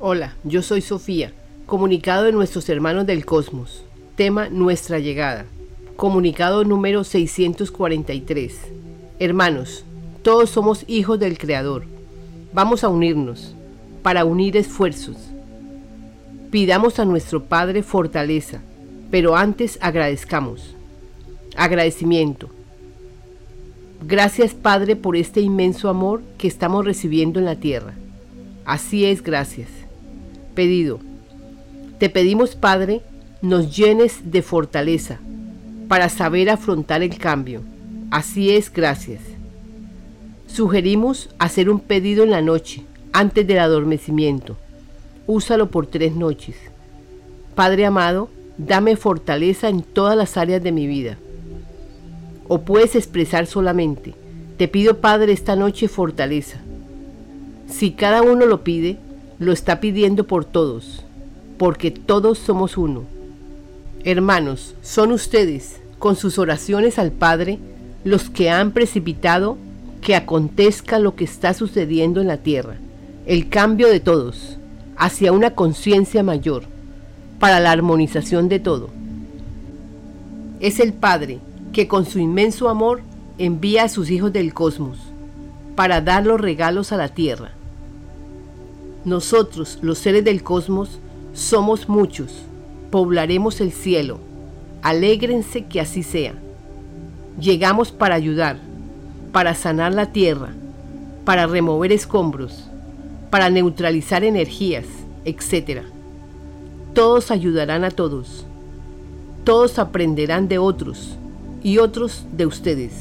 Hola, yo soy Sofía, comunicado de nuestros hermanos del Cosmos. Tema: nuestra llegada. Comunicado número 643. Hermanos, todos somos hijos del Creador. Vamos a unirnos, para unir esfuerzos. Pidamos a nuestro Padre fortaleza, pero antes agradezcamos. Agradecimiento. Gracias, Padre, por este inmenso amor que estamos recibiendo en la tierra. Así es, gracias. Pedido. Te pedimos, Padre, nos llenes de fortaleza para saber afrontar el cambio. Así es, gracias. Sugerimos hacer un pedido en la noche, antes del adormecimiento. Úsalo por 3 noches. Padre amado, dame fortaleza en todas las áreas de mi vida. O puedes expresar solamente: te pido, Padre, esta noche fortaleza. Si cada uno lo pide, lo está pidiendo por todos, porque todos somos uno. Hermanos, son ustedes, con sus oraciones al Padre, los que han precipitado que acontezca lo que está sucediendo en la tierra, el cambio de todos, hacia una conciencia mayor, para la armonización de todo. Es el Padre que con su inmenso amor envía a sus hijos del cosmos, para dar los regalos a la tierra. Nosotros, los seres del cosmos, somos muchos, poblaremos el cielo. Alégrense que así sea. Llegamos para ayudar, para sanar la tierra, para remover escombros, para neutralizar energías, etc. Todos ayudarán a todos. Todos aprenderán de otros y otros de ustedes.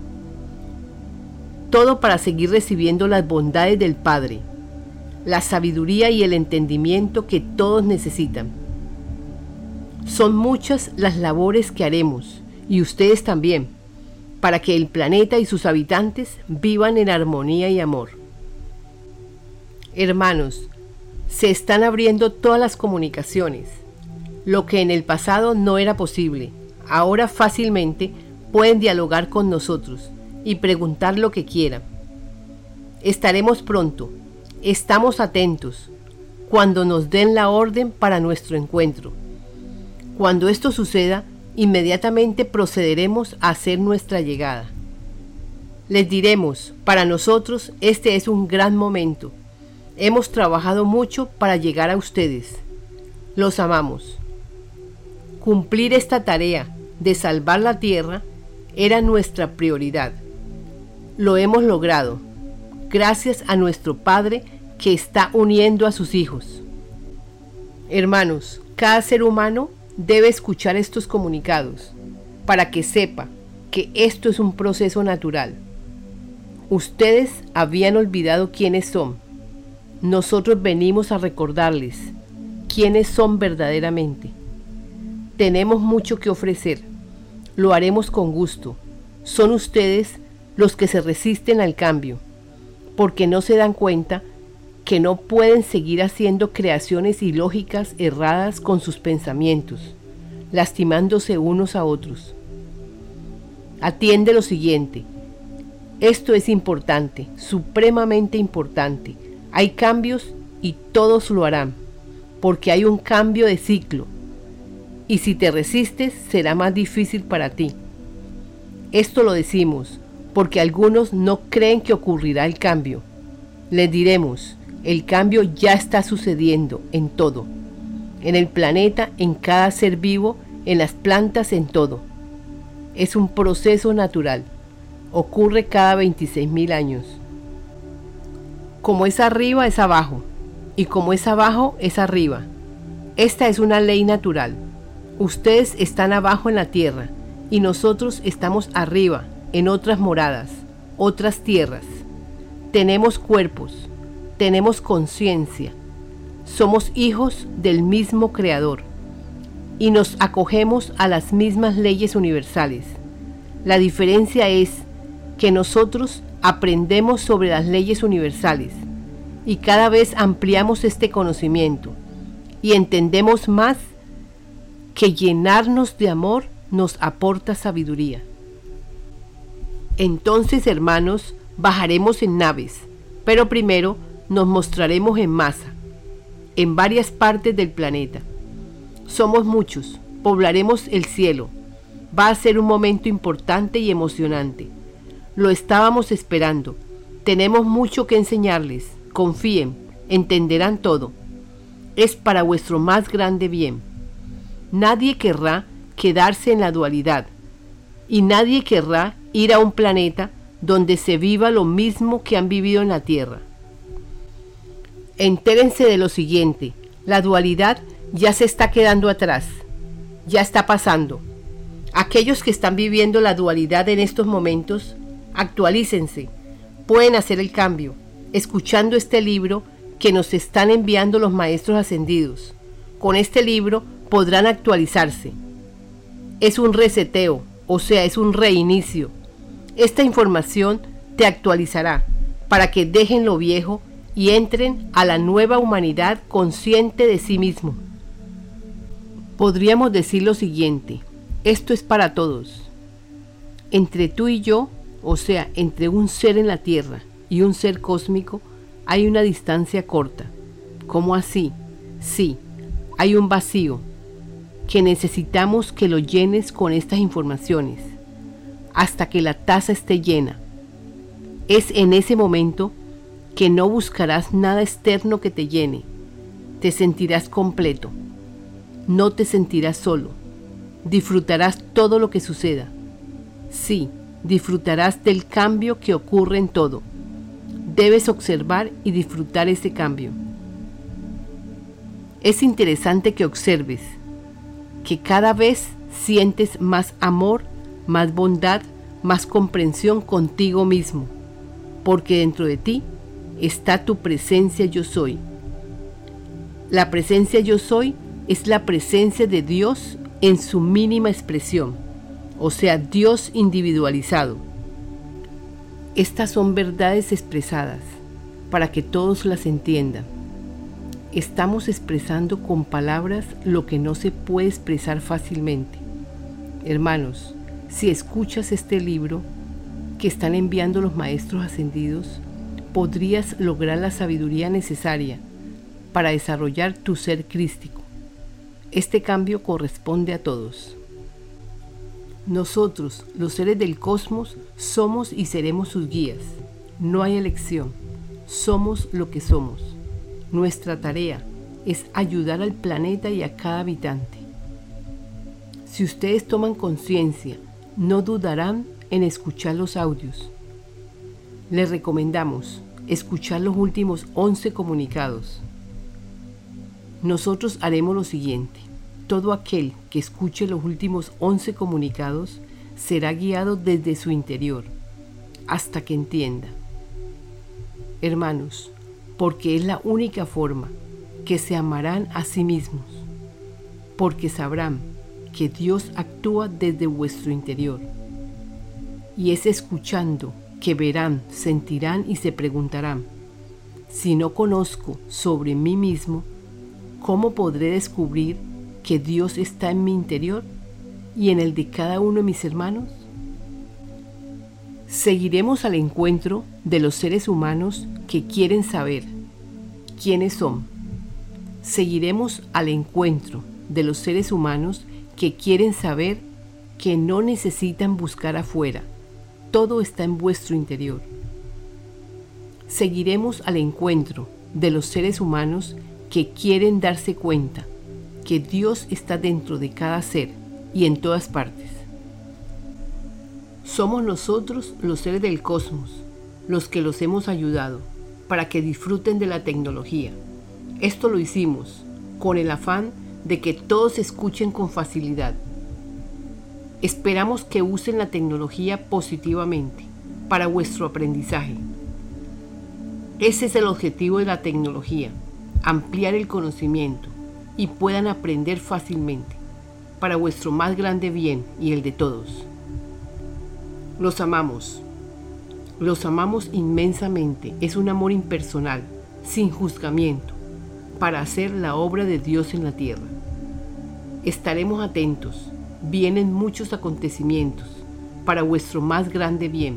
Todo para seguir recibiendo las bondades del Padre, la sabiduría y el entendimiento que todos necesitan. Son muchas las labores que haremos, y ustedes también, para que el planeta y sus habitantes vivan en armonía y amor. Hermanos, se están abriendo todas las comunicaciones. Lo que en el pasado no era posible, ahora fácilmente pueden dialogar con nosotros y preguntar lo que quieran. Estaremos pronto. Estamos atentos cuando nos den la orden para nuestro encuentro. Cuando esto suceda, inmediatamente procederemos a hacer nuestra llegada. Les diremos: para nosotros este es un gran momento. Hemos trabajado mucho para llegar a ustedes. Los amamos. Cumplir esta tarea de salvar la tierra era nuestra prioridad. Lo hemos logrado, gracias a nuestro Padre que está uniendo a sus hijos. Hermanos, cada ser humano debe escuchar estos comunicados para que sepa que esto es un proceso natural. Ustedes habían olvidado quiénes son. Nosotros venimos a recordarles quiénes son verdaderamente. Tenemos mucho que ofrecer. Lo haremos con gusto. Son ustedes los que se resisten al cambio, porque no se dan cuenta que no pueden seguir haciendo creaciones ilógicas erradas con sus pensamientos, lastimándose unos a otros. Atiende lo siguiente. Esto es importante, supremamente importante. Hay cambios y todos lo harán, porque hay un cambio de ciclo. Y si te resistes, será más difícil para ti. Esto lo decimos porque algunos no creen que ocurrirá el cambio. Les diremos: el cambio ya está sucediendo en todo. En el planeta, en cada ser vivo, en las plantas, en todo. Es un proceso natural. Ocurre cada 26.000 años. Como es arriba, es abajo. Y como es abajo, es arriba. Esta es una ley natural. Ustedes están abajo en la tierra y nosotros estamos arriba, en otras moradas, otras tierras. Tenemos cuerpos, tenemos conciencia, somos hijos del mismo Creador y nos acogemos a las mismas leyes universales. La diferencia es que nosotros aprendemos sobre las leyes universales y cada vez ampliamos este conocimiento y entendemos más que llenarnos de amor nos aporta sabiduría. Entonces, hermanos, bajaremos en naves, pero primero nos mostraremos en masa. en varias partes del planeta. Somos muchos, poblaremos el cielo. Va a ser un momento importante y emocionante. Lo estábamos esperando. Tenemos mucho que enseñarles. Confíen, entenderán todo. Es para vuestro más grande bien. Nadie querrá quedarse en la dualidad y nadie querrá ir a un planeta donde se viva lo mismo que han vivido en la Tierra. Entérense de lo siguiente: la dualidad ya se está quedando atrás, ya está pasando. Aquellos que están viviendo la dualidad en estos momentos, actualícense, pueden hacer el cambio, escuchando este libro que nos están enviando los maestros ascendidos. Con este libro podrán actualizarse. Es un reseteo, o sea, es un reinicio. Esta información te actualizará para que dejen lo viejo y entren a la nueva humanidad consciente de sí mismo. Podríamos decir lo siguiente: esto es para todos. Entre tú y yo, o sea, entre un ser en la Tierra y un ser cósmico, hay una distancia corta. ¿Cómo así? Sí, hay un vacío que necesitamos que lo llenes con estas informaciones hasta que la taza esté llena. Es en ese momento que no buscarás nada externo que te llene. Te sentirás completo. No te sentirás solo. Disfrutarás todo lo que suceda. Sí, disfrutarás del cambio que ocurre en todo. Debes observar y disfrutar ese cambio. Es interesante que observes que cada vez sientes más amor, más bondad, más comprensión contigo mismo, porque dentro de ti está tu presencia yo soy. La presencia yo soy es la presencia de Dios en su mínima expresión, o sea, Dios individualizado. Estas son verdades expresadas para que todos las entiendan. Estamos expresando con palabras lo que no se puede expresar fácilmente. Hermanos, si escuchas este libro que están enviando los maestros ascendidos, podrías lograr la sabiduría necesaria para desarrollar tu ser crístico. Este cambio corresponde a todos. Nosotros, los seres del cosmos, somos y seremos sus guías. No hay elección. Somos lo que somos. Nuestra tarea es ayudar al planeta y a cada habitante. Si ustedes toman conciencia, no dudarán en escuchar los audios. Les recomendamos escuchar los últimos 11 comunicados. Nosotros haremos lo siguiente: todo aquel que escuche los últimos 11 comunicados será guiado desde su interior hasta que entienda. Hermanos, porque es la única forma que se amarán a sí mismos, porque sabrán que Dios actúa desde vuestro interior. Y es escuchando que verán, sentirán y se preguntarán: si no conozco sobre mí mismo, ¿cómo podré descubrir que Dios está en mi interior y en el de cada uno de mis hermanos? Seguiremos al encuentro de los seres humanos que quieren saber quiénes son. Seguiremos al encuentro de los seres humanos que quieren saber que no necesitan buscar afuera. Todo está en vuestro interior. Seguiremos al encuentro de los seres humanos que quieren darse cuenta que Dios está dentro de cada ser y en todas partes. Somos nosotros, los seres del cosmos, los que los hemos ayudado para que disfruten de la tecnología. Esto lo hicimos con el afán de que todos escuchen con facilidad. Esperamos que usen la tecnología positivamente para vuestro aprendizaje. Ese es el objetivo de la tecnología: ampliar el conocimiento y puedan aprender fácilmente para vuestro más grande bien y el de todos. Los amamos inmensamente. Es un amor impersonal, sin juzgamiento, para hacer la obra de Dios en la tierra. Estaremos atentos, vienen muchos acontecimientos para vuestro más grande bien.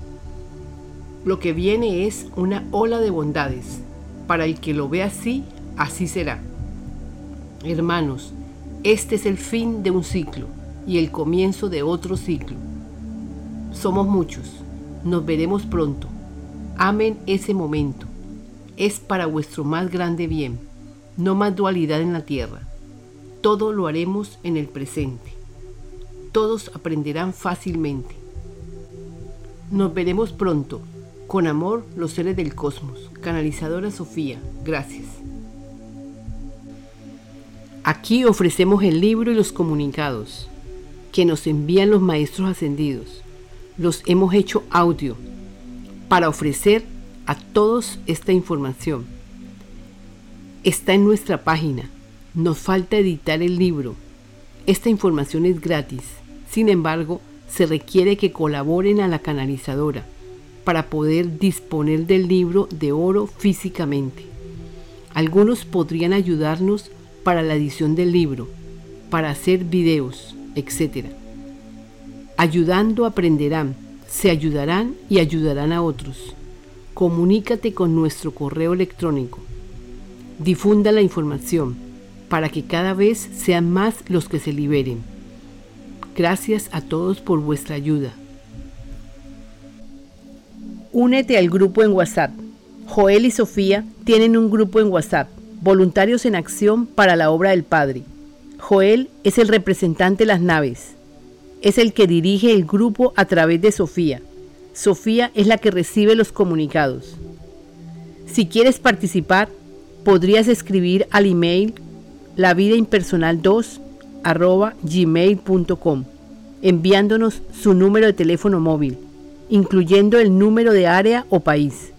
Lo que viene es una ola de bondades. Para el que lo ve así, así será. Hermanos, este es el fin de un ciclo y el comienzo de otro ciclo. Somos muchos, nos veremos pronto. Amen ese momento. Es para vuestro más grande bien. No más dualidad en la tierra. Todo lo haremos en el presente. Todos aprenderán fácilmente. Nos veremos pronto. Con amor, los seres del cosmos. Canalizadora Sofía. Gracias. Aquí ofrecemos el libro y los comunicados que nos envían los maestros ascendidos. Los hemos hecho audio para ofrecer a todos esta información. Está en nuestra página. Nos falta editar el libro. Esta información es gratis. Sin embargo, se requiere que colaboren a la canalizadora para poder disponer del libro de oro físicamente. Algunos podrían ayudarnos para la edición del libro, para hacer videos, etc. Ayudando aprenderán, se ayudarán y ayudarán a otros. Comunícate con nuestro correo electrónico. Difunda la información para que cada vez sean más los que se liberen. Gracias a todos por vuestra ayuda. Únete al grupo en WhatsApp. Joel y Sofía tienen un grupo en WhatsApp, Voluntarios en Acción para la Obra del Padre. Joel es el representante de las naves. Es el que dirige el grupo a través de Sofía. Sofía es la que recibe los comunicados. Si quieres participar, podrías escribir al email lavidaimpersonal2@gmail.com enviándonos su número de teléfono móvil, incluyendo el número de área o país.